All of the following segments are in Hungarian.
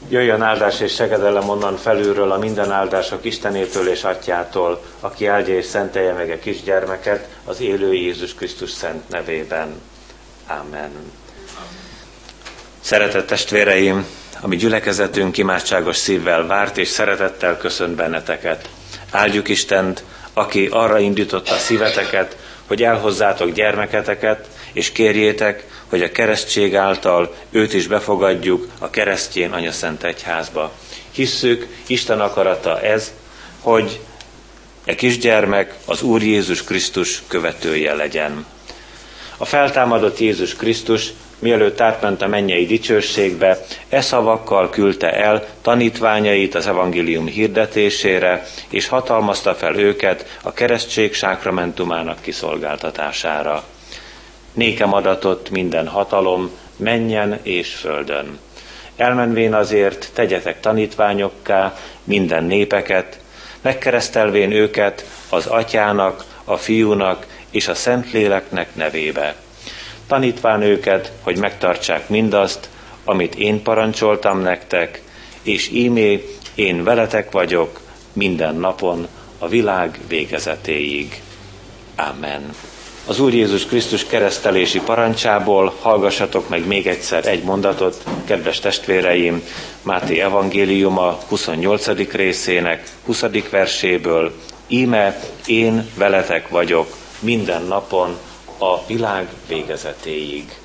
Jöjjön áldás és segedelem onnan felülről, a minden áldások Istenétől és Atyától, aki áldja és szentelje meg a kisgyermeket az élő Jézus Krisztus szent nevében. Amen. Szeretett testvéreim, a mi gyülekezetünk imádságos szívvel várt és szeretettel köszönt benneteket. Áldjuk Istent, aki arra indította a szíveteket, hogy elhozzátok gyermeketeket, és kérjétek, hogy a keresztség által őt is befogadjuk a keresztjén Anyaszent Egyházba. Hisszük, Isten akarata ez, hogy e kisgyermek az Úr Jézus Krisztus követője legyen. A feltámadott Jézus Krisztus, mielőtt átment a mennyei dicsőségbe, e szavakkal küldte el tanítványait az evangélium hirdetésére, és hatalmazta fel őket a keresztség sákramentumának kiszolgáltatására. Nékem adatott minden hatalom, mennyen és földön. Elmenvén azért tegyetek tanítványokká minden népeket, megkeresztelvén őket az Atyának, a Fiúnak és a Szentléleknek nevébe. Tanítván őket, hogy megtartsák mindazt, amit én parancsoltam nektek, és ímé én veletek vagyok minden napon a világ végezetéig. Amen. Az Úr Jézus Krisztus keresztelési parancsából hallgassatok meg még egyszer egy mondatot, kedves testvéreim, Máté evangéliuma 28. részének 20. verséből. Íme én veletek vagyok minden napon a világ végezetéig.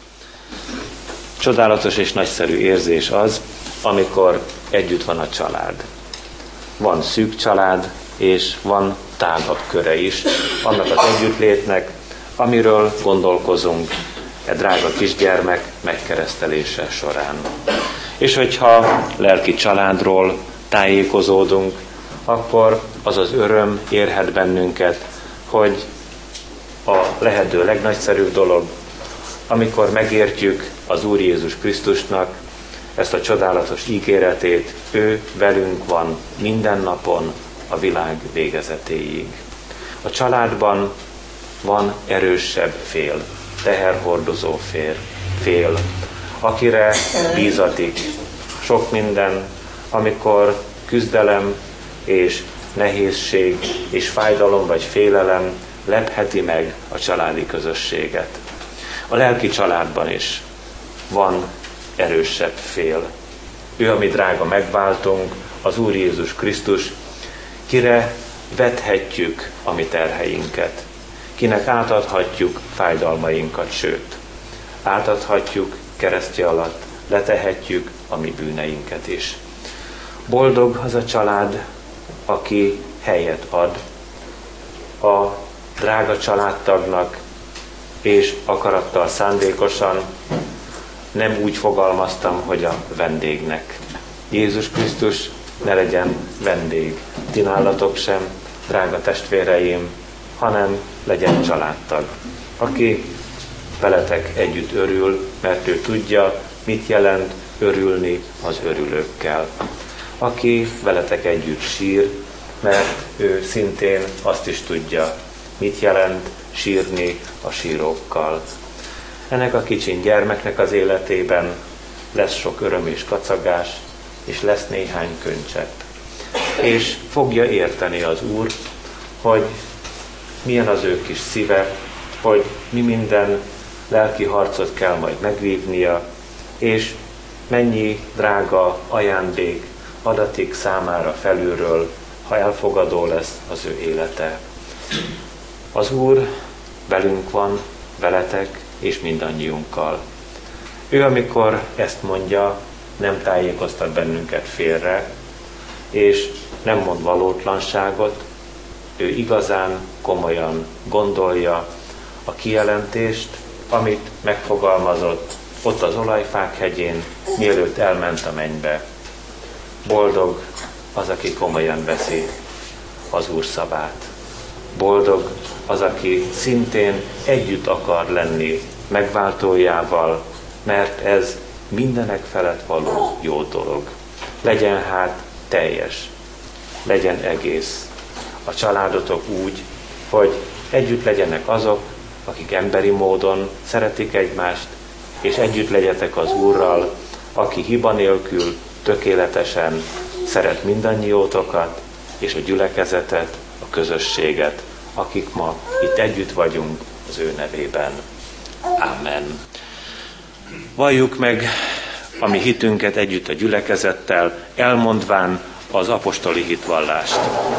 Csodálatos és nagyszerű érzés az, amikor együtt van a család. Van szűk család, és van tágabb köre is annak az együttlétnek, amiről gondolkozunk e drága kisgyermek megkeresztelése során. És hogyha lelki családról tájékozódunk, akkor az az öröm érhet bennünket, hogy a lehető legnagyszerűbb dolog, amikor megértjük az Úr Jézus Krisztusnak ezt a csodálatos ígéretét, ő velünk van minden napon a világ végezetéig. A családban van erősebb fél, teherhordozó fél, akire bízatik sok minden, amikor küzdelem és nehézség és fájdalom vagy félelem lepheti meg a családi közösséget. A lelki családban is van erősebb fél. Ő a mi drága megváltunk, az Úr Jézus Krisztus, kire vethetjük a mi terheinket, kinek átadhatjuk fájdalmainkat, sőt, átadhatjuk keresztje alatt, letehetjük a mi bűneinket is. Boldog az a család, aki helyet ad a drága családtagnak, és akarattal, szándékosan, nem úgy fogalmaztam, hogy a vendégnek. Jézus Krisztus ne legyen vendég, ti nálatok sem, drága testvéreim, hanem legyen családtag, aki veletek együtt örül, mert ő tudja, mit jelent örülni az örülőkkel. Aki veletek együtt sír, mert ő szintén azt is tudja, mit jelent sírni a sírókkal. Ennek a kicsin gyermeknek az életében lesz sok öröm és kacagás, és lesz néhány könycsepp. És fogja érteni az Úr, hogy milyen az ő kis szíve, hogy mi minden lelki harcot kell majd megvívnia, és mennyi drága ajándék adatik számára felülről, ha elfogadó lesz az ő élete. Az Úr velünk van, veletek és mindannyiunkkal. Ő, amikor ezt mondja, nem tájékoztat bennünket félre, és nem mond valótlanságot, ő igazán komolyan gondolja a kijelentést, amit megfogalmazott ott az olajfák hegyén, mielőtt elment a mennybe. Boldog az, aki komolyan veszi az Úr szavát. Boldog az, aki szintén együtt akar lenni megváltójával, mert ez mindenek felett való jó dolog. Legyen hát teljes, legyen egész a családotok úgy, hogy együtt legyenek azok, akik emberi módon szeretik egymást, és együtt legyetek az Úrral, aki hiba nélkül tökéletesen szeret mindannyiótokat, és a gyülekezetet, a közösséget, akik ma itt együtt vagyunk az ő nevében. Amen. Valljuk meg a mi hitünket együtt a gyülekezettel, elmondván az apostoli hitvallást.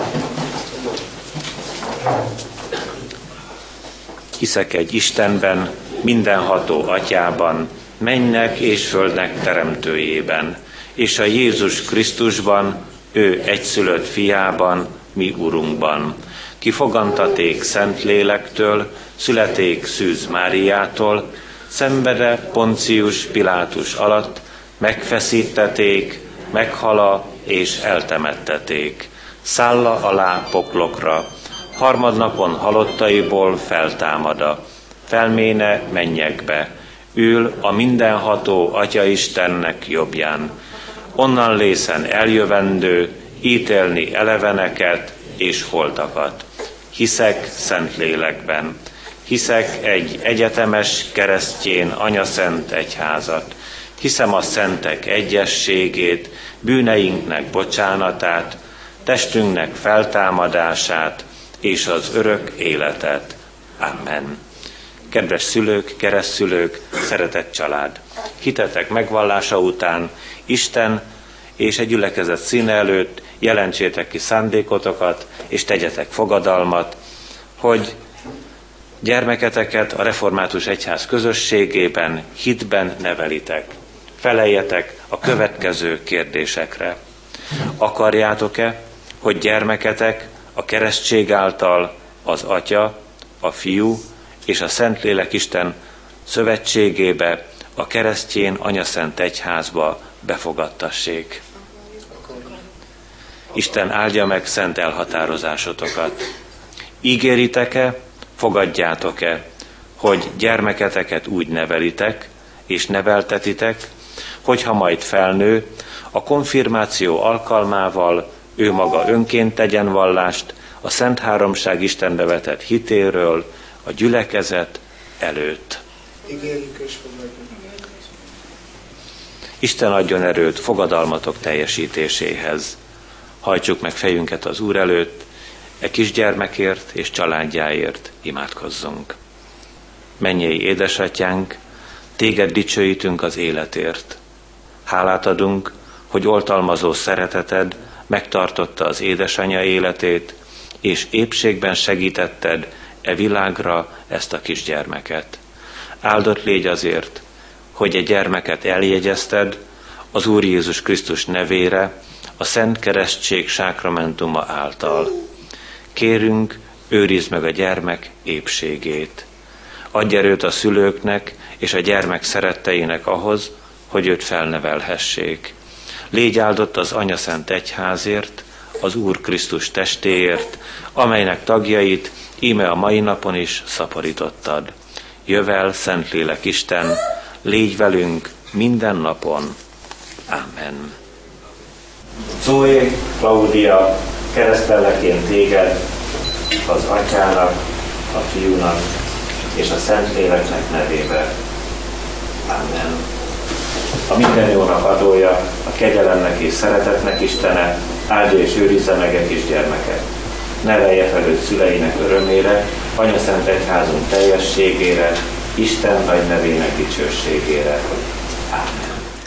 Hiszek egy Istenben, mindenható Atyában, mennek és földnek teremtőjében, és a Jézus Krisztusban, ő egyszülött fiában, mi Urunkban, ki fogantaték Szentlélektől, születék Szűz Máriától, szenvede Poncius Pilátus alatt, megfeszítették, meghala és eltemetteték, szálla alá poklokra, harmadnapon halottaiból feltámada, felméne mennyekbe, ül a mindenható Atya Istennek jobbján, onnan lészen eljövendő, ítélni eleveneket és holtakat. Hiszek Szentlélekben, hiszek egy egyetemes keresztjén anyaszent egyházat, hiszem a szentek egyességét, bűneinknek bocsánatát, testünknek feltámadását és az örök életet. Amen. Kedves szülők, keresztszülők, szeretett család! Hitetek megvallása után Isten és egy gyülekezet színe előtt jelentsétek ki szándékotokat, és tegyetek fogadalmat, hogy gyermeketeket a református egyház közösségében, hitben nevelitek. Feleljetek a következő kérdésekre. Akarjátok-e, hogy gyermeketek a keresztség által az Atya, a Fiú és a Szentlélek Isten szövetségébe, a keresztjén anyaszent egyházba befogadtassék? Isten áldja meg szent elhatározásotokat. Ígéritek-e, fogadjátok-e, hogy gyermeketeket úgy nevelitek és neveltetitek, hogyha majd felnő, a konfirmáció alkalmával ő maga önként tegyen vallást a Szent Háromság Istenbe vetett hitéről a gyülekezet előtt. Isten adjon erőt fogadalmatok teljesítéséhez. Hajtsuk meg fejünket az Úr előtt, e kisgyermekért és családjáért imádkozzunk. Mennyei édesatyánk, téged dicsőítünk az életért. Hálát adunk, hogy oltalmazó szereteted megtartotta az édesanyja életét, és épségben segítetted e világra ezt a kisgyermeket. Áldott légy azért, hogy egy gyermeket eljegyezted az Úr Jézus Krisztus nevére, a Szent Keresztség sákramentuma által. Kérünk, őrizd meg a gyermek épségét. Adj erőt a szülőknek és a gyermek szeretteinek ahhoz, hogy őt felnevelhessék. Légy áldott az Anyaszent Egyházért, az Úr Krisztus testéért, amelynek tagjait íme a mai napon is szaporítottad. Jövel, Szentlélek Isten, légy velünk minden napon. Amen. Zoe, Claudia, keresztellek én téged az Atyának, a Fiúnak és a Szentléleknek nevébe. Amen. A minden jónak adója, a kegyelemnek és szeretetnek Istene, áldja és őrizze meg egy kisgyermeket. Nevelje fel őt szüleinek örömére, Anyaszent Egyházunk teljességére, Isten nagy nevének dicsőségére. Amen.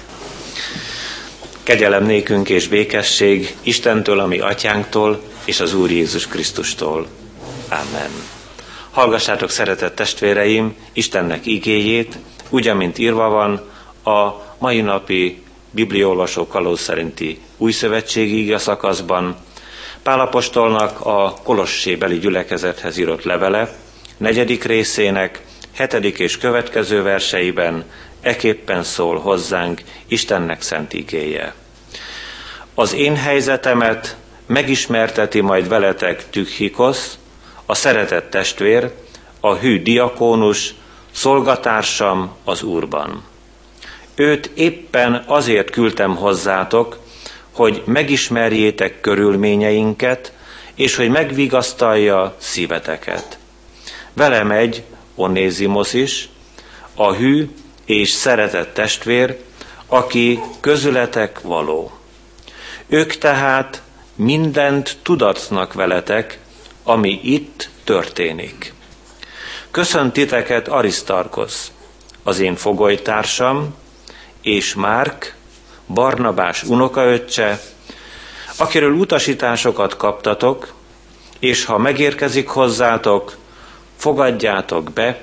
Kegyelem nékünk és békesség Istentől, a mi Atyánktól, és az Úr Jézus Krisztustól. Amen. Hallgassátok, szeretett testvéreim, Istennek igéjét, úgy, amint írva van a mai napi bibliaolvasó kalóz szerinti újszövetségi igeszakaszban, Pál apostolnak a kolossébeli gyülekezethez írott levele 4. részének 7. és következő verseiben eképpen szól hozzánk Istennek szent igéje. Az én helyzetemet megismerteti majd veletek Tükhikosz, a szeretett testvér, a hű diakónus, szolgatársam az Úrban. Őt éppen azért küldtem hozzátok, hogy megismerjétek körülményeinket, és hogy megvigasztalja szíveteket. Vele megy Onézimosz is, a hű és szeretett testvér, aki közületek való. Ők tehát mindent tudatnak veletek, ami itt történik. Köszönt titeket Arisztarkosz, az én fogolytársam, és Márk, Barnabás unokaöccse, akiről utasításokat kaptatok, és ha megérkezik hozzátok, fogadjátok be,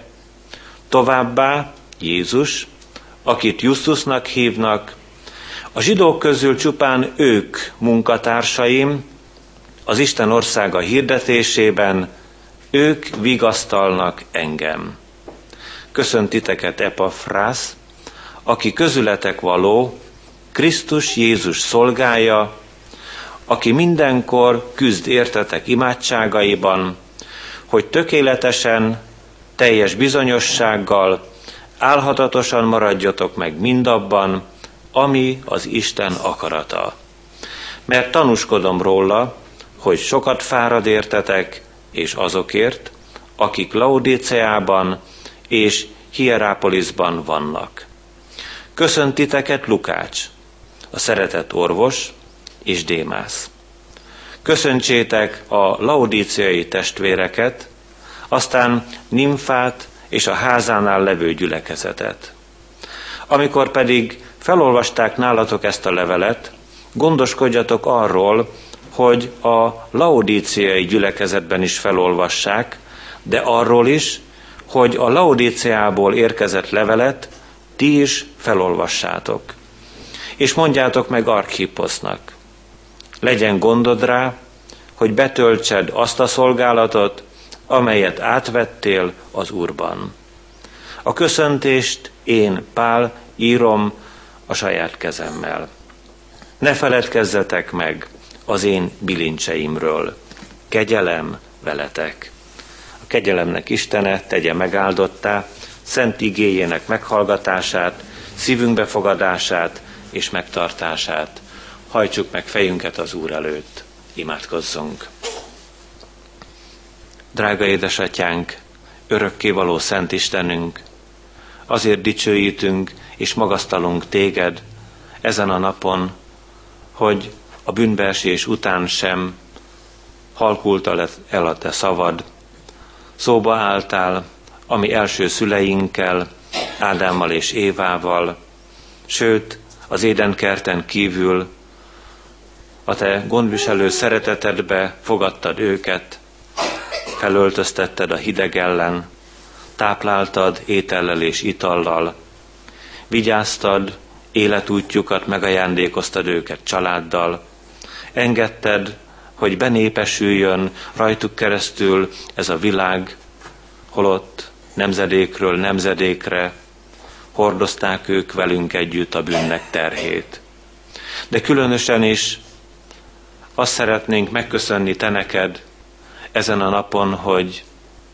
továbbá Jézus, akit Justusnak hívnak, a zsidók közül csupán ők munkatársaim, az Isten országa hirdetésében, ők vigasztalnak engem. Köszönt titeket Epafrász, aki közületek való, Krisztus Jézus szolgája, aki mindenkor küzd értetek imádságaiban, hogy tökéletesen, teljes bizonyossággal, álhatatosan maradjatok meg mindabban, ami az Isten akarata. Mert tanúskodom róla, hogy sokat fárad értetek, és azokért, akik Laodíceában és Hierápoliszban vannak. Köszönt titeket Lukács, a szeretett orvos, és Démász. Köszöntsétek a laodíceai testvéreket, aztán Nimfát és a házánál levő gyülekezetet. Amikor pedig felolvasták nálatok ezt a levelet, gondoskodjatok arról, hogy a laodíceai gyülekezetben is felolvassák, de arról is, hogy a Laodíceából érkezett levelet ti is felolvassátok. És mondjátok meg Archipposznak, legyen gondod rá, hogy betöltsed azt a szolgálatot, amelyet átvettél az Úrban. A köszöntést én, Pál, írom a saját kezemmel. Ne feledkezzetek meg az én bilincseimről. Kegyelem veletek. A kegyelemnek Istene tegye megáldottá, szent igéjének meghallgatását, szívünk befogadását és megtartását. Hajtsuk meg fejünket az Úr előtt. Imádkozzunk. Drága édesatyánk, örökkévaló Szent Istenünk, azért dicsőítünk és magasztalunk téged ezen a napon, hogy a bűnbeesés után sem halkult el a te szavad. Szóba álltál a mi első szüleinkkel, Ádámmal és Évával, sőt, az Édenkerten kívül a te gondviselő szeretetedbe fogadtad őket, felöltöztetted a hideg ellen, tápláltad étellel és itallal, vigyáztad, életútjukat megajándékoztad őket családdal, engedted, hogy benépesüljön rajtuk keresztül ez a világ, holott nemzedékről nemzedékre hordozták ők velünk együtt a bűnnek terhét. De különösen is azt szeretnénk megköszönni te neked ezen a napon, hogy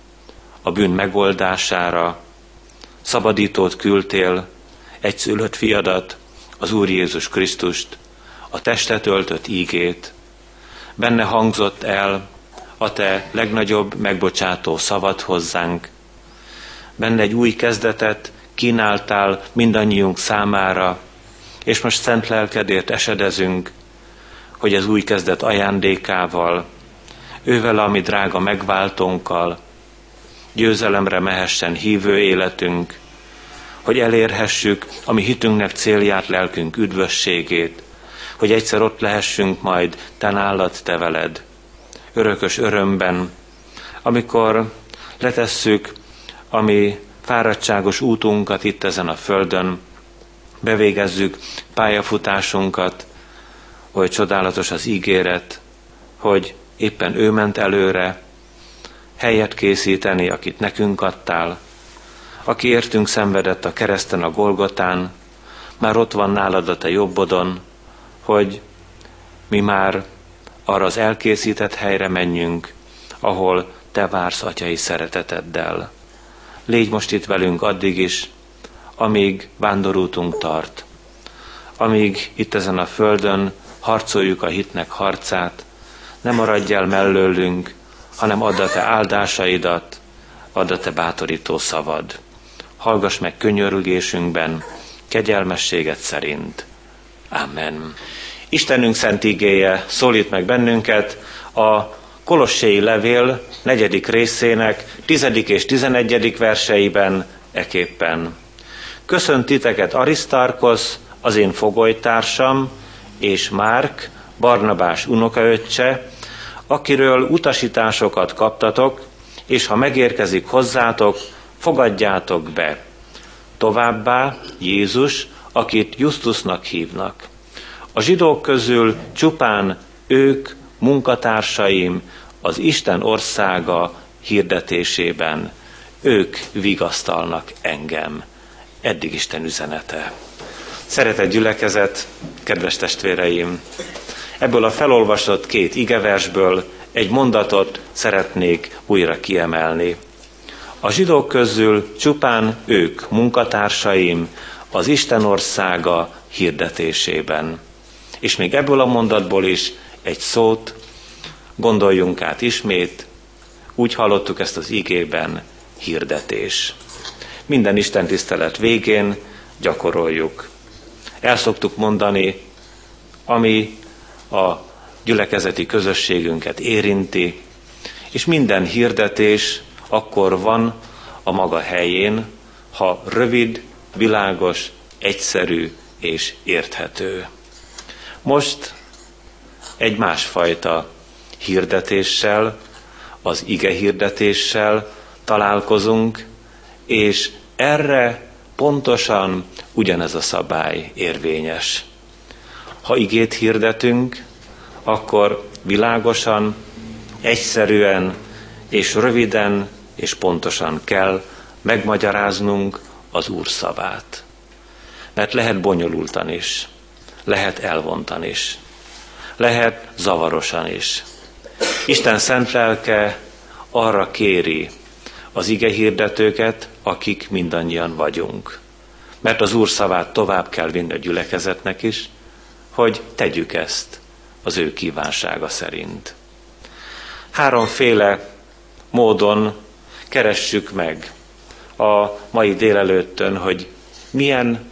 a bűn megoldására szabadítót küldtél, egyszülött fiadat, az Úr Jézus Krisztust, a testet öltött ígét. Benne hangzott el a te legnagyobb megbocsátó szavad hozzánk. Benne egy új kezdetet kínáltál mindannyiunk számára, és most szent lelkedért esedezünk, hogy az új kezdet ajándékával, ővel a mi drága megváltónkkal győzelemre mehessen hívő életünk, hogy elérhessük a mi hitünknek célját, lelkünk üdvösségét, hogy egyszer ott lehessünk majd te nálad, te veled, örökös örömben, amikor letesszük a mi fáradtságos útunkat itt ezen a földön, bevégezzük pályafutásunkat, hogy csodálatos az ígéret, hogy éppen ő ment előre, helyet készíteni, akit nekünk adtál, aki értünk szenvedett a kereszten, a Golgotán, már ott van nálad a te jobbodon, hogy mi már arra az elkészített helyre menjünk, ahol te vársz atyai szereteteddel. Légy most itt velünk addig is, amíg vándorútunk tart, amíg itt ezen a földön harcoljuk a hitnek harcát, ne maradj el mellőlünk, hanem add a te áldásaidat, add a te bátorító szavad. Hallgass meg könyörgésünkben, kegyelmességed szerint. Amen. Istenünk szent igéje szólít meg bennünket a Kolossei levél 4. részének 10. és 11. verseiben eképpen. Köszönt titeket Arisztarkosz, az én fogolytársam, és Márk, Barnabás unokaöccse, akiről utasításokat kaptatok, és ha megérkezik hozzátok, fogadjátok be. Továbbá Jézus, akit Justusnak hívnak. A zsidók közül csupán ők munkatársaim az Isten országa hirdetésében. Ők vigasztalnak engem. Eddig Isten üzenete. Szeretett gyülekezet, kedves testvéreim! Ebből a felolvasott 2 igeversből egy mondatot szeretnék újra kiemelni. A zsidók közül csupán ők munkatársaim az Isten országa hirdetésében. És még ebből a mondatból is egy szót gondoljunk át ismét, úgy hallottuk ezt az igében, hirdetés. Minden Isten tisztelet végén gyakoroljuk. El szoktuk mondani, ami a gyülekezeti közösségünket érinti, és minden hirdetés akkor van a maga helyén, ha rövid, világos, egyszerű és érthető. Most egy másfajta hirdetéssel, az ige hirdetéssel találkozunk, és erre pontosan ugyanez a szabály érvényes. Ha igét hirdetünk, akkor világosan, egyszerűen és röviden és pontosan kell megmagyaráznunk az Úr szavát. Mert lehet bonyolultan is, lehet elvontan is, lehet zavarosan is. Isten szent lelke arra kéri az ige hirdetőket, akik mindannyian vagyunk. Mert az Úr szavát tovább kell vinni a gyülekezetnek is, hogy tegyük ezt az ő kívánsága szerint. 3 módon keressük meg a mai délelőttön, hogy milyen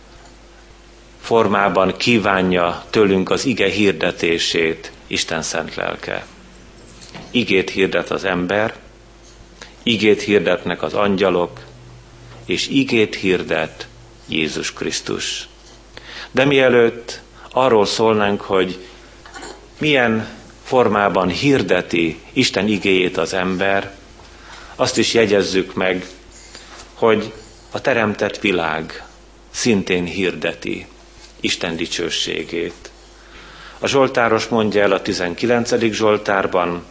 formában kívánja tőlünk az ige hirdetését Isten szent lelke. Igét hirdet az ember, igét hirdetnek az angyalok, és igét hirdet Jézus Krisztus. De mielőtt arról szólnánk, hogy milyen formában hirdeti Isten igéjét az ember, azt is jegyezzük meg, hogy a teremtett világ szintén hirdeti Isten dicsőségét. A zsoltáros mondja el a 19. zsoltárban,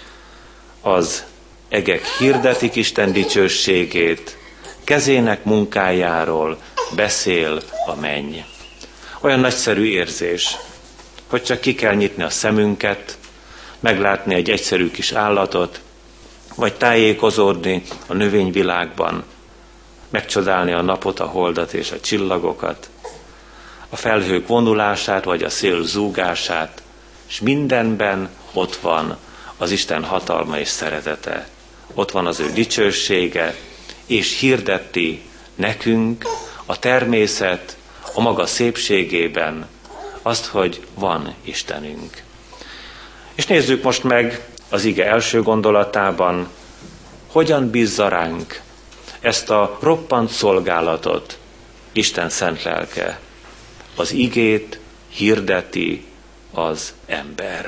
az egek hirdetik Isten dicsőségét, kezének munkájáról beszél a menny. Olyan nagyszerű érzés, hogy csak ki kell nyitni a szemünket, meglátni egy egyszerű kis állatot, vagy tájékozódni a növényvilágban, megcsodálni a napot, a holdat és a csillagokat, a felhők vonulását, vagy a szél zúgását, és mindenben ott van az Isten hatalma és szeretete. Ott van az ő dicsősége, és hirdeti nekünk a természet a maga szépségében azt, hogy van Istenünk. És nézzük most meg az ige első gondolatában, hogyan bízza ránk ezt a roppant szolgálatot Isten szent lelke. Az igét hirdeti az ember.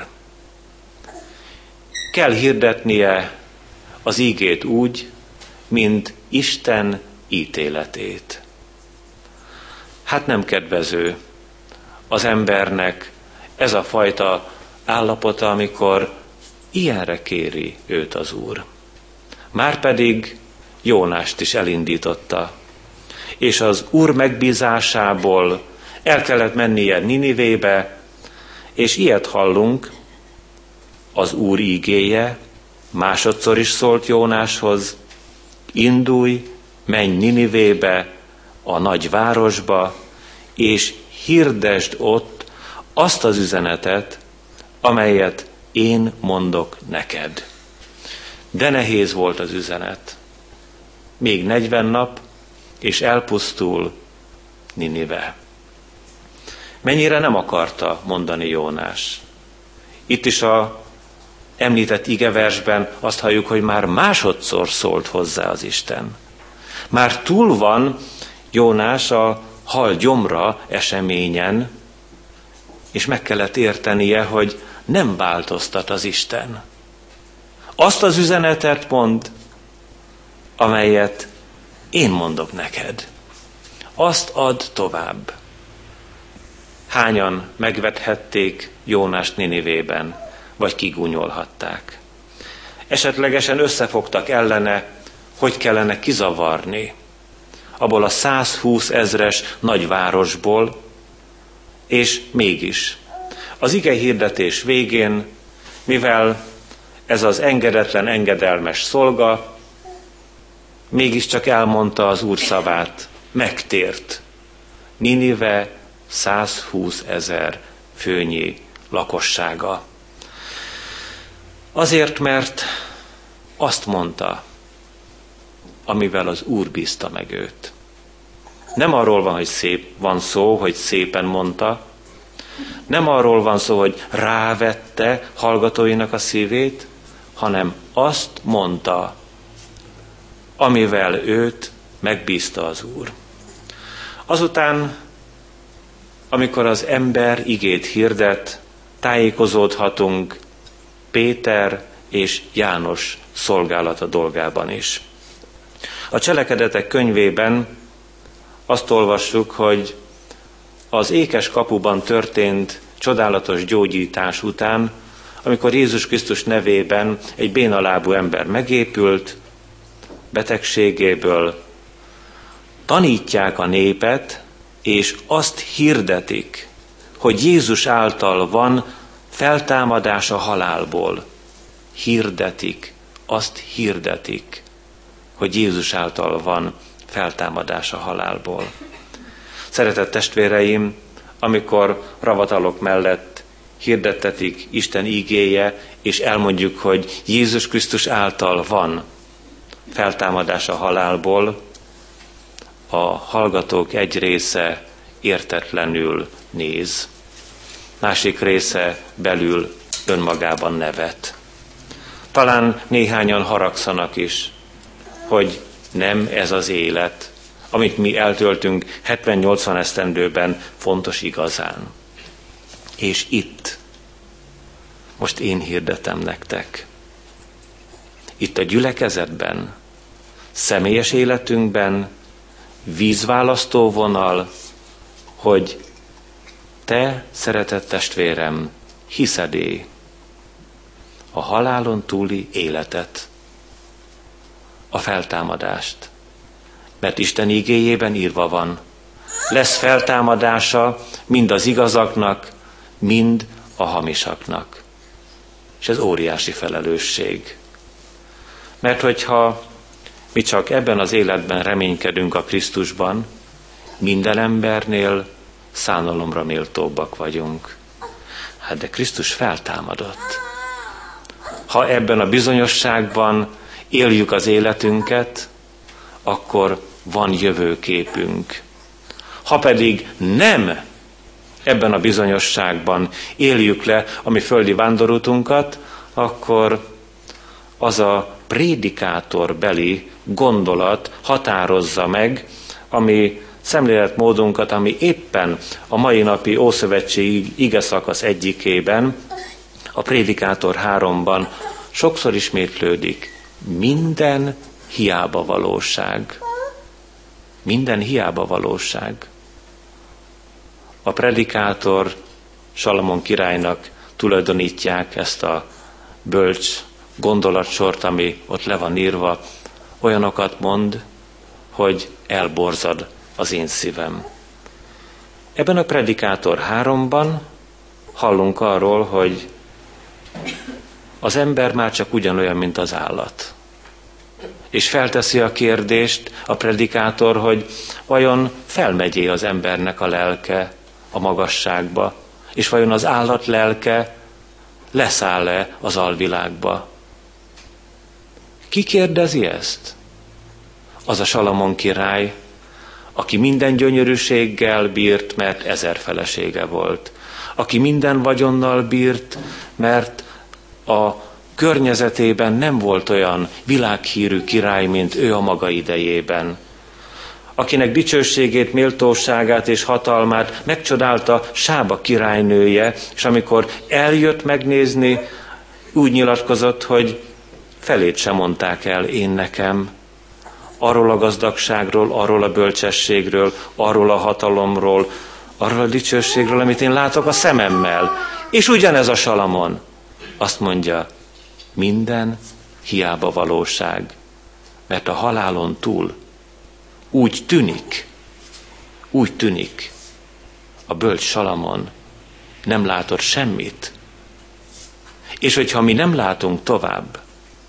Kell hirdetnie az igét úgy, mint Isten ítéletét. Hát nem kedvező az embernek ez a fajta állapota, amikor ilyenre kéri őt az Úr. Márpedig Jónást is elindította, és az Úr megbízásából el kellett mennie Ninivébe, és ilyet hallunk, az Úr ígéje másodszor is szólt Jónáshoz, indulj, menj Ninivébe, a nagy városba, és hirdesd ott azt az üzenetet, amelyet én mondok neked. De nehéz volt az üzenet. Még 40 nap, és elpusztul Ninive. Mennyire nem akarta mondani Jónás. Itt is a említett igeversben azt halljuk, hogy már másodszor szólt hozzá az Isten. Már túl van Jónás a hal gyomra eseményen, és meg kellett értenie, hogy nem változtat az Isten. Azt az üzenetet mond, amelyet én mondok neked. Azt add tovább. Hányan megvethették Jónást Ninivében, vagy kigúnyolhatták. Esetlegesen összefogtak ellene, hogy kellene kizavarni abból a 120 000 nagyvárosból, és mégis az ige hirdetés végén, mivel ez az engedetlen, engedelmes szolga mégiscsak elmondta az Úr szavát, megtért Ninive 120 000 főnyi lakossága. Azért, mert azt mondta, amivel az Úr bízta meg őt. Nem arról van szó, hogy szépen mondta, nem arról van szó, hogy rávette hallgatóinak a szívét, hanem azt mondta, amivel őt megbízta az Úr. Azután, amikor az ember igét hirdet, tájékozódhatunk Péter és János szolgálata dolgában is. A Cselekedetek könyvében azt olvassuk, hogy az ékes kapuban történt csodálatos gyógyítás után, amikor Jézus Krisztus nevében egy bénalábú ember megépült, betegségéből tanítják a népet, és azt hirdetik, hogy Jézus által van feltámadás a halálból. Azt hirdetik, hogy Jézus által van feltámadás a halálból. Szeretett testvéreim, amikor ravatalok mellett hirdettetik Isten ígéje, és elmondjuk, hogy Jézus Krisztus által van feltámadás a halálból, a hallgatók egy része értetlenül néz, másik része belül önmagában nevet. Talán néhányan haragszanak is, hogy nem ez az élet, amit mi eltöltünk 70-80 esztendőben, fontos igazán. És itt, most én hirdetem nektek, itt a gyülekezetben, személyes életünkben, vízválasztóvonal, hogy te, szeretett testvérem, hiszed-e a halálon túli életet, a feltámadást. Mert Isten igéjében írva van, lesz feltámadása mind az igazaknak, mind a hamisaknak. És ez óriási felelősség. Mert hogyha mi csak ebben az életben reménykedünk a Krisztusban, minden embernél szánalomra méltóbbak vagyunk. Hát de Krisztus feltámadott. Ha ebben a bizonyosságban éljük az életünket, akkor van jövőképünk. Ha pedig nem ebben a bizonyosságban éljük le a mi földi vándorútunkat, akkor az a prédikátorbeli gondolat határozza meg ami szemléletmódunkat, ami éppen a mai napi ószövetségi igeszakasz egyikében, a Prédikátor 3-ban sokszor ismétlődik. Minden hiába valóság. Minden hiába valóság. A Predikátor Salamon királynak tulajdonítják ezt a bölcs gondolatsort, ami ott le van írva, olyanokat mond, hogy elborzad az én szívem. Ebben a Predikátor 3-ban hallunk arról, hogy az ember már csak ugyanolyan, mint az állat. És felteszi a kérdést a Predikátor, hogy vajon felmegy-e az embernek a lelke a magasságba, és vajon az állat lelke leszáll-e az alvilágba. Ki kérdezi ezt? Az a Salamon király, aki minden gyönyörűséggel bírt, mert 1000 felesége volt. Aki minden vagyonnal bírt, mert a környezetében nem volt olyan világhírű király, mint ő a maga idejében. Akinek dicsőségét, méltóságát és hatalmát megcsodálta Sába királynője, és amikor eljött megnézni, úgy nyilatkozott, hogy felét sem mondták el én nekem. Arról a gazdagságról, arról a bölcsességről, arról a hatalomról, arról a dicsőségről, amit én látok a szememmel. És ugyanez a Salamon azt mondja, minden hiába valóság, mert a halálon túl úgy tűnik, a bölcs Salamon nem látott semmit. És hogyha mi nem látunk tovább,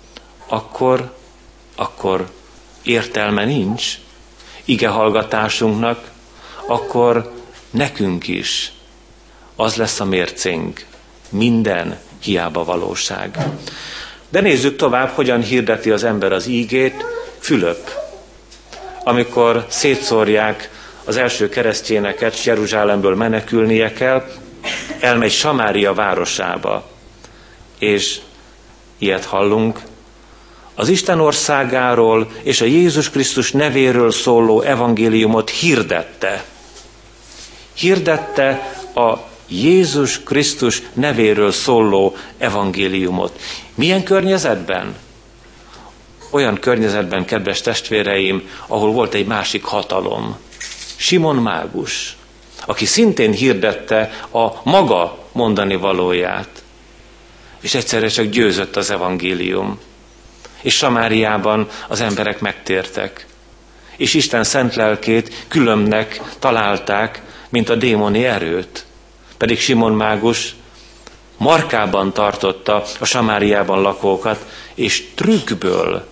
akkor értelme nincs igehallgatásunknak, akkor nekünk is az lesz a mércénk, minden hiába valóság. De nézzük tovább, hogyan hirdeti az ember az ígét. Fülöp, amikor szétszórják az első keresztényeket, s Jeruzsálemből menekülnie kell, elmegy Samária városába, és ilyet hallunk, az Isten országáról és a Jézus Krisztus nevéről szóló evangéliumot hirdette. Hirdette a Jézus Krisztus nevéről szóló evangéliumot. Milyen környezetben? Olyan környezetben, kedves testvéreim, ahol volt egy másik hatalom. Simon mágus, aki szintén hirdette a maga mondani valóját. És egyszerre csak győzött az evangélium. És Samáriában az emberek megtértek. És Isten szent lelkét különbnek találták, mint a démoni erőt. Pedig Simon mágus markában tartotta a Samáriában lakókat, és trükkből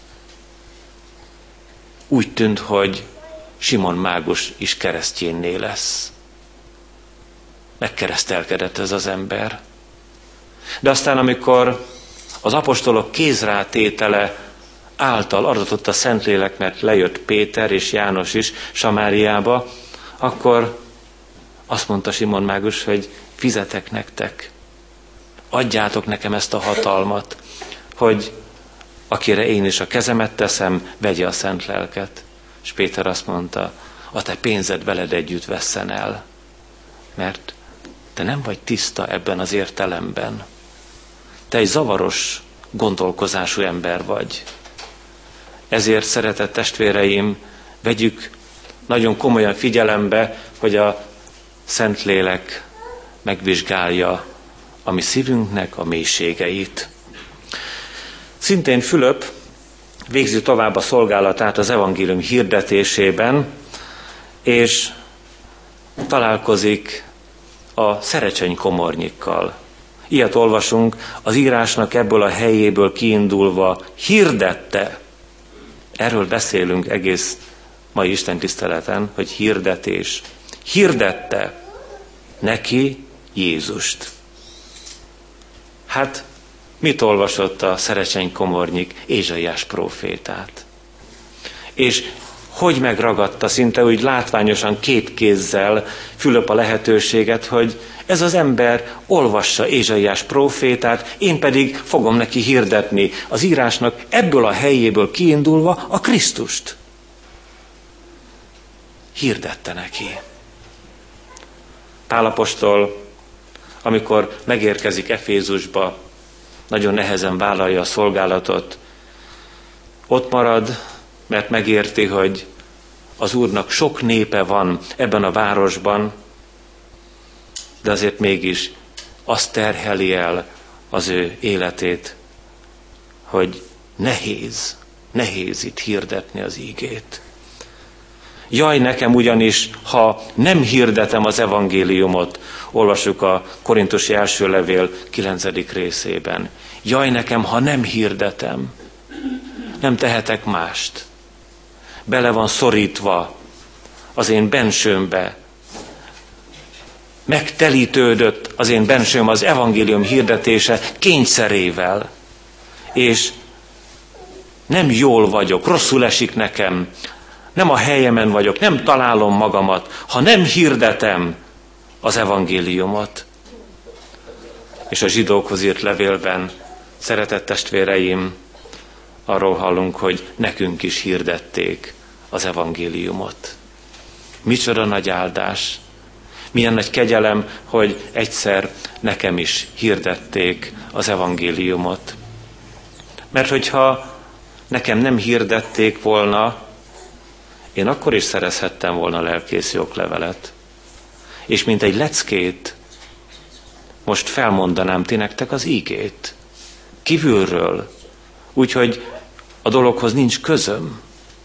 úgy tűnt, hogy Simon mágus is keresztjénné lesz. Megkeresztelkedett ez az ember. De aztán, amikor az apostolok kézrátétele által adatott a Szentlélek, mert lejött Péter és János is Samáriába, akkor azt mondta Simon mágus, hogy fizetek nektek, adjátok nekem ezt a hatalmat, hogy akire én is a kezemet teszem, vegye a szent lelket. És Péter azt mondta, a te pénzed veled együtt vesszen el, mert te nem vagy tiszta ebben az értelemben. Te egy zavaros gondolkozású ember vagy. Ezért, szeretett testvéreim, vegyük nagyon komolyan figyelembe, hogy a Szentlélek megvizsgálja a mi szívünknek a mélységeit. Szintén Fülöp végzi tovább a szolgálatát az evangélium hirdetésében, és találkozik a Szerecseny komornyikkal. Ilyet olvasunk, az írásnak ebből a helyéből kiindulva hirdette. Erről beszélünk egész mai Isten tiszteleten, hogy hirdetés. Hirdette neki Jézust. Hát, mit olvasott a Szerecseny komornyik? Ézsaiás prófétát. És hogy megragadta szinte úgy látványosan két kézzel Fülöp a lehetőséget, hogy ez az ember olvassa Ézsaiás prófétát, én pedig fogom neki hirdetni az írásnak ebből a helyéből kiindulva a Krisztust. Hirdette neki. Pál apostol, amikor megérkezik Efézusba, nagyon nehezen vállalja a szolgálatot. Ott marad, mert megérti, hogy az Úrnak sok népe van ebben a városban, de azért mégis azt terheli el az ő életét, hogy nehéz itt hirdetni az ígét. Jaj nekem ugyanis, ha nem hirdetem az evangéliumot, olvassuk a Korintusi első levél 9. részében. Jaj nekem, ha nem hirdetem, nem tehetek mást. Bele van szorítva az én bensőmbe, megtelítődött az én bensőm az evangélium hirdetése kényszerével, és nem jól vagyok, rosszul esik nekem nem a helyemen vagyok, nem találom magamat, ha nem hirdetem az evangéliumot. És a zsidókhoz írt levélben, szeretett testvéreim, arról hallunk, hogy nekünk is hirdették az evangéliumot. Micsoda nagy áldás, milyen nagy kegyelem, hogy egyszer nekem is hirdették az evangéliumot. Mert hogyha nekem nem hirdették volna, én akkor is szerezhettem volna lelkészi oklevelet. És mint egy leckét, most felmondanám ti nektek az ígét. Kívülről. Úgyhogy a dologhoz nincs közöm.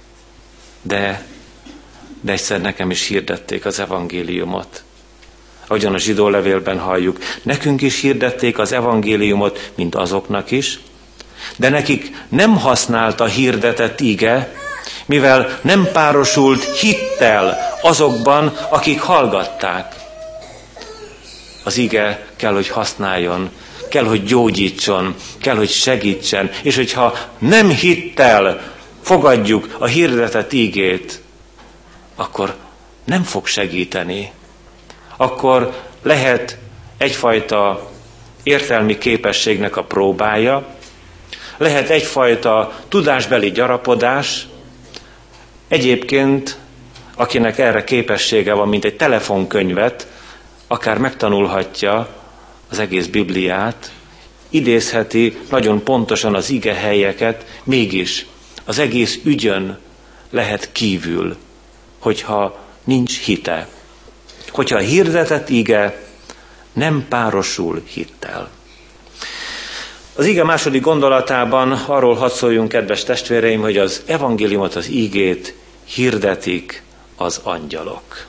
De egyszer nekem is hirdették az evangéliumot. Ahogyan a zsidó levélben halljuk, nekünk is hirdették az evangéliumot, mint azoknak is, de nekik nem használt a hirdetett ige, mivel nem párosult hittel azokban, akik hallgatták. Az ige kell, hogy használjon, kell, hogy gyógyítson, kell, hogy segítsen, és hogyha nem hittel fogadjuk a hirdetett ígét, akkor nem fog segíteni. Akkor lehet egyfajta értelmi képességnek a próbája, lehet egyfajta tudásbeli gyarapodás. Egyébként, akinek erre képessége van, mint egy telefonkönyvet, akár megtanulhatja az egész Bibliát, idézheti nagyon pontosan az ige helyeket, mégis az egész ügyön lehet kívül, hogyha nincs hite. Hogyha a hirdetett ige nem párosul hittel. Az ige második gondolatában arról hadd szóljunk, kedves testvéreim, hogy az evangéliumot, az ígét hirdetik az angyalok.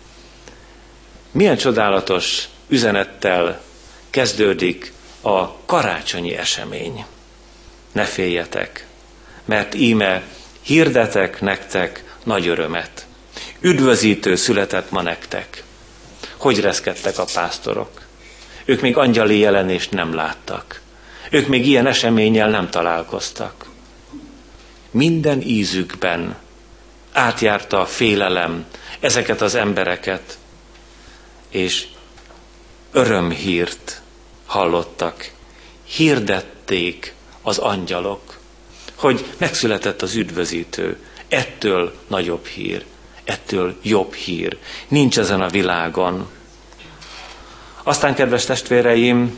Milyen csodálatos üzenettel kezdődik a karácsonyi esemény. Ne féljetek, mert íme hirdetek nektek nagy örömet. Üdvözítő született ma nektek. Hogy reszkedtek a pásztorok? Ők még angyali jelenést nem láttak. Ők még ilyen eseménnyel nem találkoztak. Minden ízükben átjárta a félelem ezeket az embereket, és örömhírt hallottak. Hirdették az angyalok, hogy megszületett az üdvözítő. Ettől nagyobb hír, ettől jobb hír nincs ezen a világon. Aztán, kedves testvéreim,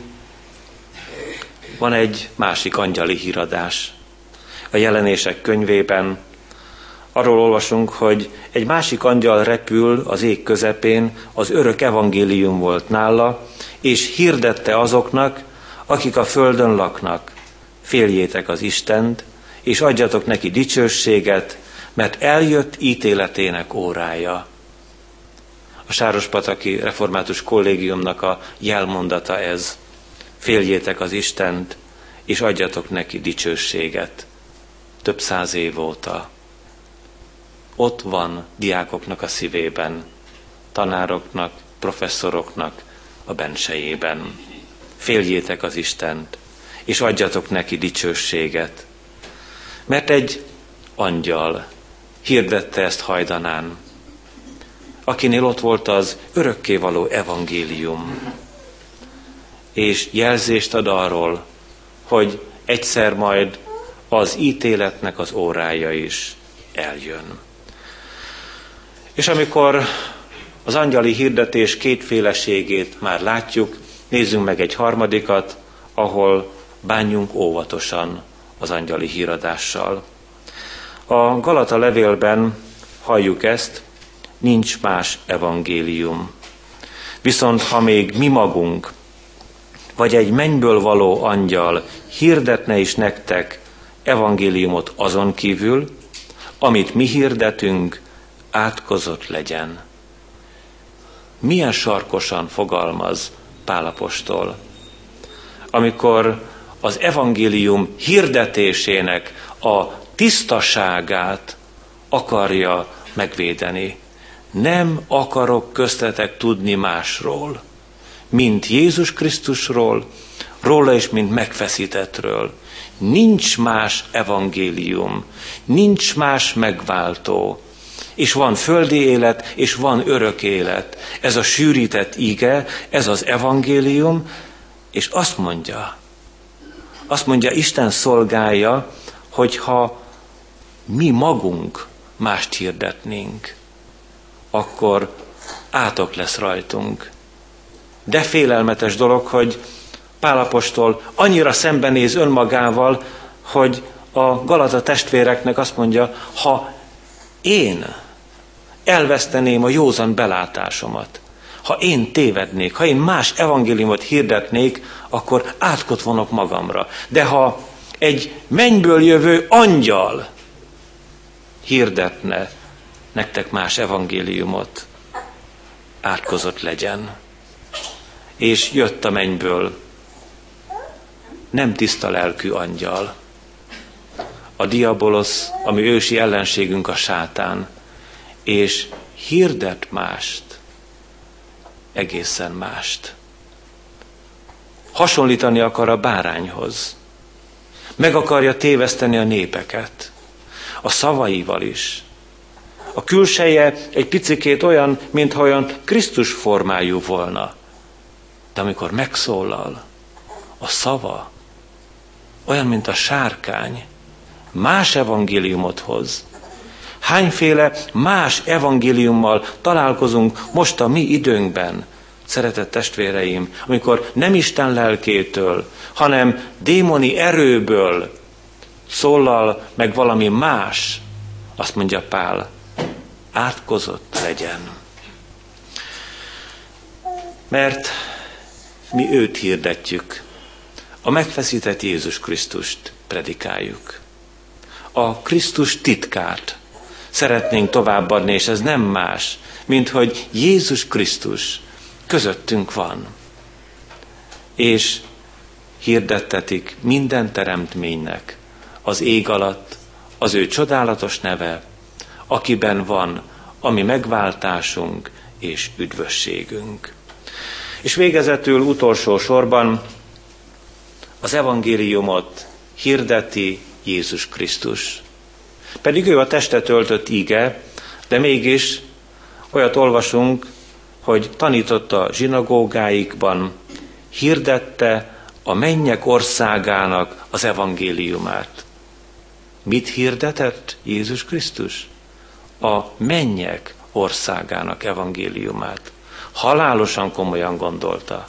van egy másik angyali híradás. A Jelenések könyvében arról olvasunk, hogy egy másik angyal repül az ég közepén, az örök evangélium volt nála, és hirdette azoknak, akik a földön laknak: féljétek az Istent, és adjatok neki dicsőséget, mert eljött ítéletének órája. A Sárospataki Református Kollégiumnak a jelmondata ez: féljétek az Istent, és adjatok neki dicsőséget. Több 100 év óta. Ott van diákoknak a szívében, tanároknak, professzoroknak a bensejében. Féljétek az Istent, és adjatok neki dicsőséget. Mert egy angyal hirdette ezt hajdanán, akinél ott volt az örökkévaló evangélium, és jelzést ad arról, hogy egyszer majd az ítéletnek az órája is eljön. És amikor az angyali hirdetés kétféleségét már látjuk, nézzünk meg egy harmadikat, ahol bánjunk óvatosan az angyali híradással. A Galata levélben halljuk ezt: nincs más evangélium. Viszont ha még mi magunk, vagy egy mennyből való angyal hirdetne is nektek evangéliumot azon kívül, amit mi hirdetünk, átkozott legyen. Milyen sarkosan fogalmaz Pál apostol, amikor az evangélium hirdetésének a tisztaságát akarja megvédeni. Nem akarok köztetek tudni másról, mint Jézus Krisztusról, róla is, mint megfeszítettről. Nincs más evangélium, nincs más megváltó, és van földi élet, és van örök élet. Ez a sűrített ige, ez az evangélium, és azt mondja Isten szolgája, hogyha mi magunk mást hirdetnénk, akkor átok lesz rajtunk. De félelmetes dolog, hogy Pál apostol annyira szembenéz önmagával, hogy a Galata testvéreknek azt mondja, ha én elveszteném a józan belátásomat, ha én tévednék, ha én más evangéliumot hirdetnék, akkor átkot vonok magamra. De ha egy mennyből jövő angyal hirdetne nektek más evangéliumot, átkozott legyen. És jött a mennyből nem tiszta lelkű angyal, a diabolosz, ami ősi ellenségünk, a sátán, és hirdet mást, egészen mást. Hasonlítani akar a bárányhoz. Meg akarja téveszteni a népeket. A szavaival is. A külseje egy picikét olyan, mintha olyan Krisztus formájú volna. De amikor megszólal, a szava olyan, mint a sárkány, más evangéliumot hoz. Hányféle más evangéliummal találkozunk most a mi időnkben, szeretett testvéreim, amikor nem Isten lelkétől, hanem démoni erőből szólal meg valami más, azt mondja Pál, átkozott legyen. Mert mi őt hirdetjük, a megfeszített Jézus Krisztust predikáljuk. A Krisztus titkát szeretnénk továbbadni, és ez nem más, mint hogy Jézus Krisztus közöttünk van. És hirdettetik minden teremtménynek az ég alatt az ő csodálatos neve, akiben van a mi megváltásunk és üdvösségünk. És végezetül utolsó sorban az evangéliumot hirdeti Jézus Krisztus. Pedig ő a testet öltött ige, de mégis olyat olvasunk, hogy tanította a zsinagógáikban, hirdette a mennyek országának az evangéliumát. Mit hirdetett Jézus Krisztus? A mennyek országának evangéliumát. Halálosan komolyan gondolta.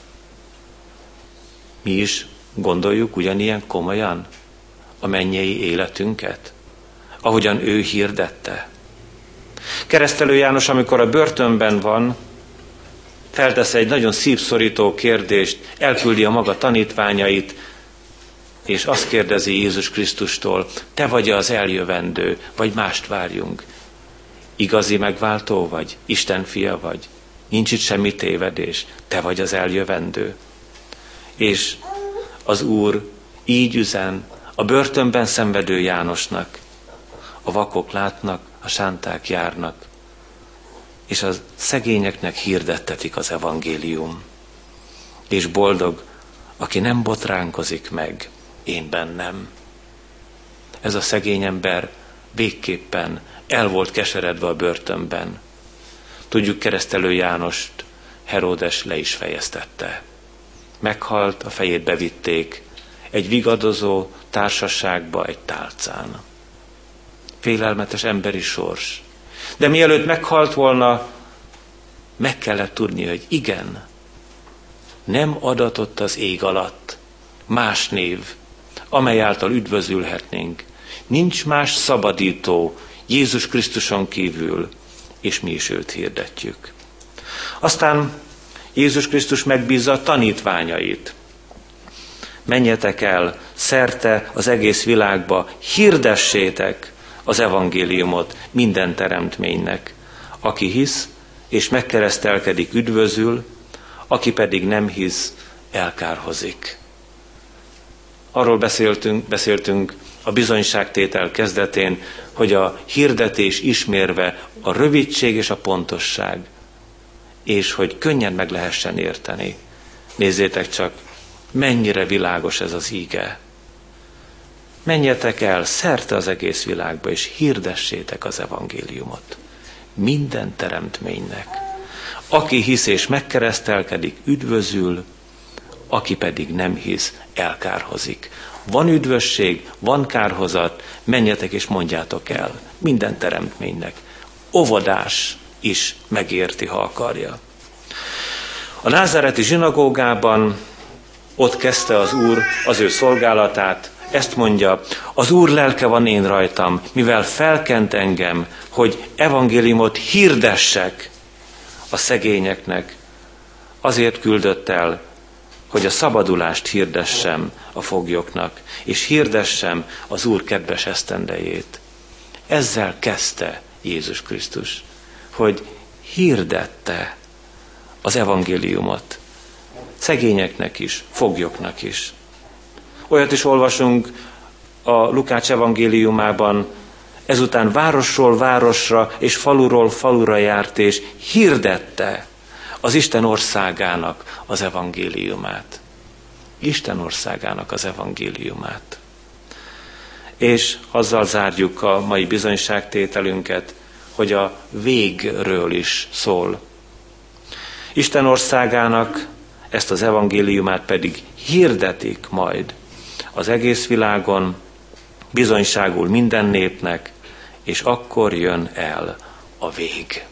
Mi is gondoljuk ugyanilyen komolyan a mennyei életünket, ahogyan ő hirdette. Keresztelő János, amikor a börtönben van, feltesz egy nagyon szívszorító kérdést, elküldi a maga tanítványait, és azt kérdezi Jézus Krisztustól, te vagy az eljövendő, vagy mást várjunk? Igazi megváltó vagy? Isten fia vagy? Nincs itt semmi tévedés, te vagy az eljövendő. És az Úr így üzen a börtönben szenvedő Jánosnak. A vakok látnak, a sánták járnak, és a szegényeknek hirdettetik az evangélium. És boldog, aki nem botránkozik meg, én bennem. Ez a szegény ember végképpen el volt keseredve a börtönben. Tudjuk, keresztelő Jánost Heródes le is fejeztette. Meghalt, a fejét bevitték egy vigadozó társaságba egy tálcán. Félelmetes emberi sors. De mielőtt meghalt volna, meg kellett tudni, hogy igen, nem adatott az ég alatt más név, amely által üdvözülhetnénk. Nincs más szabadító Jézus Krisztuson kívül, és mi is őt hirdetjük. Aztán Jézus Krisztus megbízza a tanítványait. Menjetek el szerte az egész világba, hirdessétek az evangéliumot minden teremtménynek. Aki hisz és megkeresztelkedik, üdvözül, aki pedig nem hisz, elkárhozik. Arról beszéltünk a bizonyságtétel kezdetén, hogy a hirdetés ismérve a rövidség és a pontosság, és hogy könnyen meg lehessen érteni. Nézzétek csak, mennyire világos ez az íge. Menjetek el szerte az egész világba, és hirdessétek az evangéliumot. minden teremtménynek. Aki hisz és megkeresztelkedik, üdvözül, aki pedig nem hisz, elkárhozik. Van üdvösség, van kárhozat, menjetek és mondjátok el minden teremtménynek. Óvodás is megérti, ha akarja. A názáreti zsinagógában ott kezdte az Úr az ő szolgálatát, ezt mondja, az Úr lelke van én rajtam, mivel felkent engem, hogy evangéliumot hirdessek a szegényeknek. Azért küldött el, hogy a szabadulást hirdessem a foglyoknak, és hirdessem az Úr kedves esztendejét. Ezzel kezdte Jézus Krisztus, hogy hirdette az evangéliumot szegényeknek is, foglyoknak is. Olyat is olvasunk a Lukács evangéliumában, ezután városról városra és faluról falura járt, és hirdette az Isten országának az evangéliumát. Isten országának az evangéliumát. És azzal zárjuk a mai bizonyságtételünket, hogy a végről is szól. Isten országának ezt az evangéliumát pedig hirdetik majd az egész világon, bizonyságul minden népnek, és akkor jön el a vég.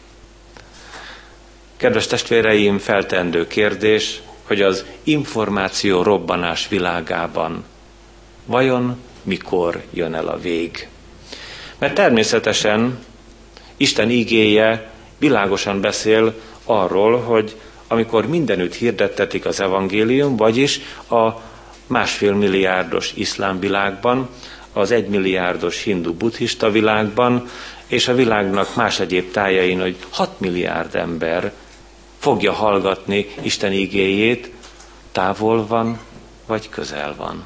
Kedves testvéreim, feltendő kérdés, hogy az információ robbanás világában vajon mikor jön el a vég? Mert természetesen Isten igéje világosan beszél arról, hogy amikor mindenütt hirdettetik az evangélium, vagyis a 1,5 milliárdos iszlám világban, az 1 milliárdos hindu-buddhista világban, és a világnak más egyéb tájain, hogy 6 milliárd ember fogja hallgatni Isten igéjét, távol van, vagy közel van.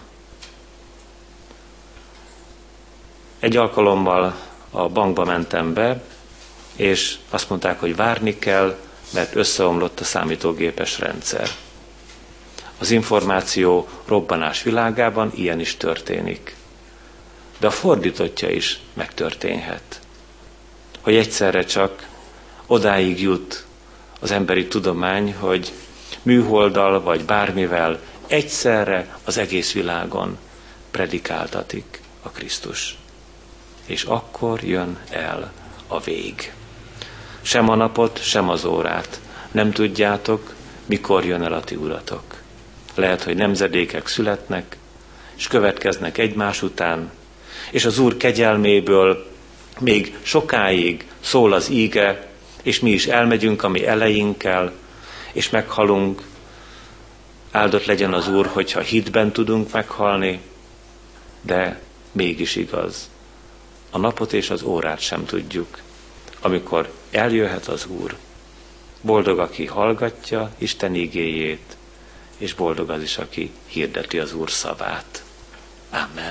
Egy alkalommal a bankba mentem be, és azt mondták, hogy várni kell, mert összeomlott a számítógépes rendszer. Az információ robbanás világában ilyen is történik. De a fordítottja is megtörténhet. Hogy egyszerre csak odáig jut az emberi tudomány, hogy műholddal vagy bármivel egyszerre az egész világon predikáltatik a Krisztus. És akkor jön el a vég. Sem a napot, sem az órát nem tudjátok, mikor jön el a ti uratok. Lehet, hogy nemzedékek születnek, és következnek egymás után, és az Úr kegyelméből még sokáig szól az íge, és mi is elmegyünk a mi elejénkkel, és meghalunk. Áldott legyen az Úr, hogyha hitben tudunk meghalni, de mégis igaz. A napot és az órát sem tudjuk, amikor eljöhet az Úr. Boldog, aki hallgatja Isten igéjét, és boldog az is, aki hirdeti az Úr szavát. Amen.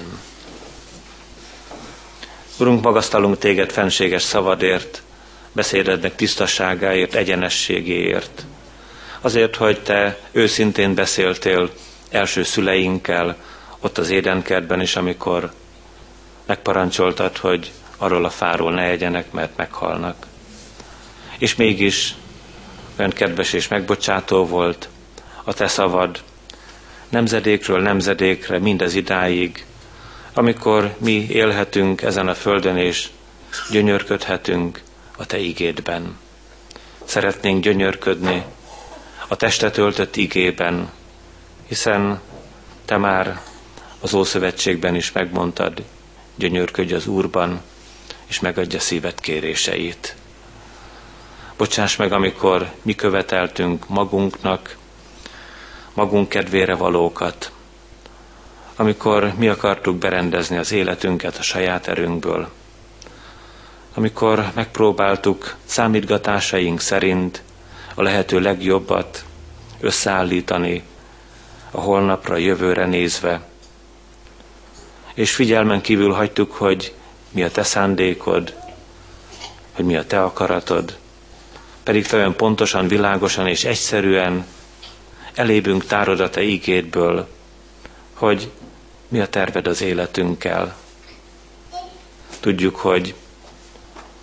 Urunk, magasztalunk téged fenséges szavadért, beszédednek tisztaságáért, egyenességéért. Azért, hogy te őszintén beszéltél első szüleinkkel, ott az édenkertben is, amikor megparancsoltad, hogy arról a fáról ne egyenek, mert meghalnak. És mégis olyan kedves és megbocsátó volt a te szavad, nemzedékről nemzedékre, mindez idáig, amikor mi élhetünk ezen a földön, és gyönyörködhetünk a te igédben. Szeretnénk gyönyörködni a testet öltött igében, hiszen te már az Ószövetségben is megmondtad, gyönyörködj az Úrban, és megadja szíved kéréseit. Bocsáss meg, amikor mi követeltünk magunknak, magunk kedvére valókat, amikor mi akartuk berendezni az életünket a saját erőnkből, amikor megpróbáltuk számítgatásaink szerint a lehető legjobbat összeállítani a holnapra, a jövőre nézve, és figyelmen kívül hagytuk, hogy mi a te szándékod, hogy mi a te akaratod, pedig te olyan pontosan, világosan és egyszerűen elébünk tárod a te ígédből, hogy mi a terved az életünkkel. Tudjuk, hogy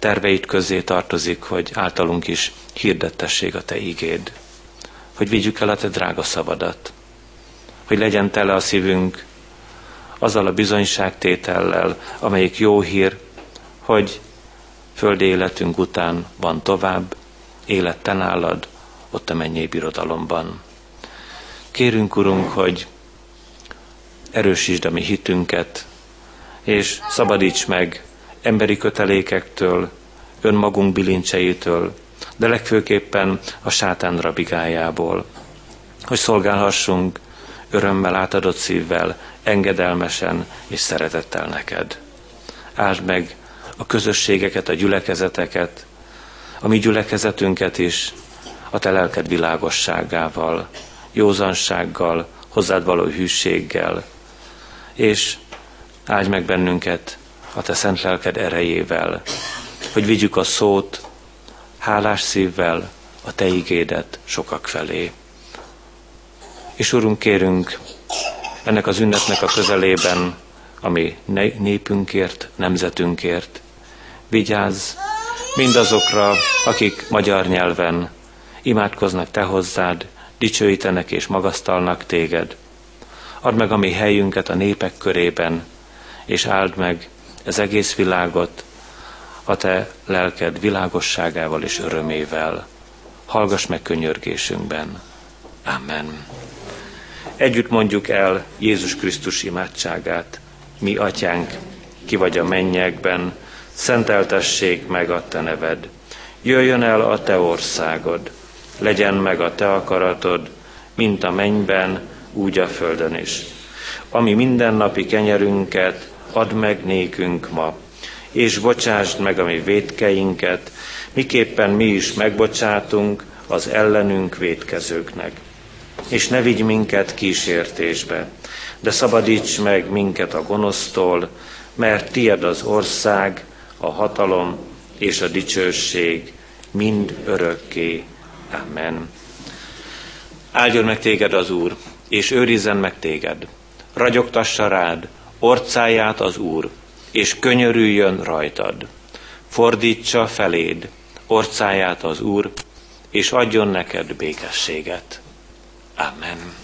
terveid közé tartozik, hogy általunk is hirdettessék a te ígéd, hogy vigyük el a te drága szavadat, hogy legyen tele a szívünk azzal a bizonyságtétellel, amelyik jó hír, hogy földi életünk után van tovább, élet te nálad, ott a mennyei birodalomban. Kérünk, Urunk, hogy erősítsd a mi hitünket, és szabadíts meg emberi kötelékektől, önmagunk bilincseitől, de legfőképpen a sátán rabigájából, hogy szolgálhassunk örömmel, átadott szívvel, engedelmesen és szeretettel neked. Áld meg a közösségeket, a gyülekezeteket, a mi gyülekezetünket is a te lelked világosságával, józansággal, hozzád való hűséggel, és áldj meg bennünket a te szent lelked erejével, hogy vigyük a szót hálás szívvel, a te igédet sokak felé. És Urunk, kérünk ennek az ünnepnek a közelében, ami népünkért, nemzetünkért, vigyázz mindazokra, akik magyar nyelven imádkoznak te hozzád, dicsőítenek és magasztalnak téged. Add meg a mi helyünket a népek körében, és áld meg az egész világot a te lelked világosságával és örömével. Hallgass meg könyörgésünkben. Amen. Együtt mondjuk el Jézus Krisztus imádságát. Mi atyánk, ki vagy a mennyekben, szenteltessék meg a te neved. Jöjjön el a te országod, legyen meg a te akaratod, mint a mennyben, úgy a földön is. Ami mindennapi kenyerünket add meg nékünk ma, és bocsásd meg a mi vétkeinket, miképpen mi is megbocsátunk az ellenünk vétkezőknek. És ne vigy minket kísértésbe, de szabadíts meg minket a gonosztól, mert tied az ország, a hatalom és a dicsőség mind örökké. Amen. Áldjon meg téged az Úr, és őrizzen meg téged. Ragyogtassa rád orcáját az Úr, és könyörüljön rajtad. Fordítsa feléd orcáját az Úr, és adjon neked békességet. Amen.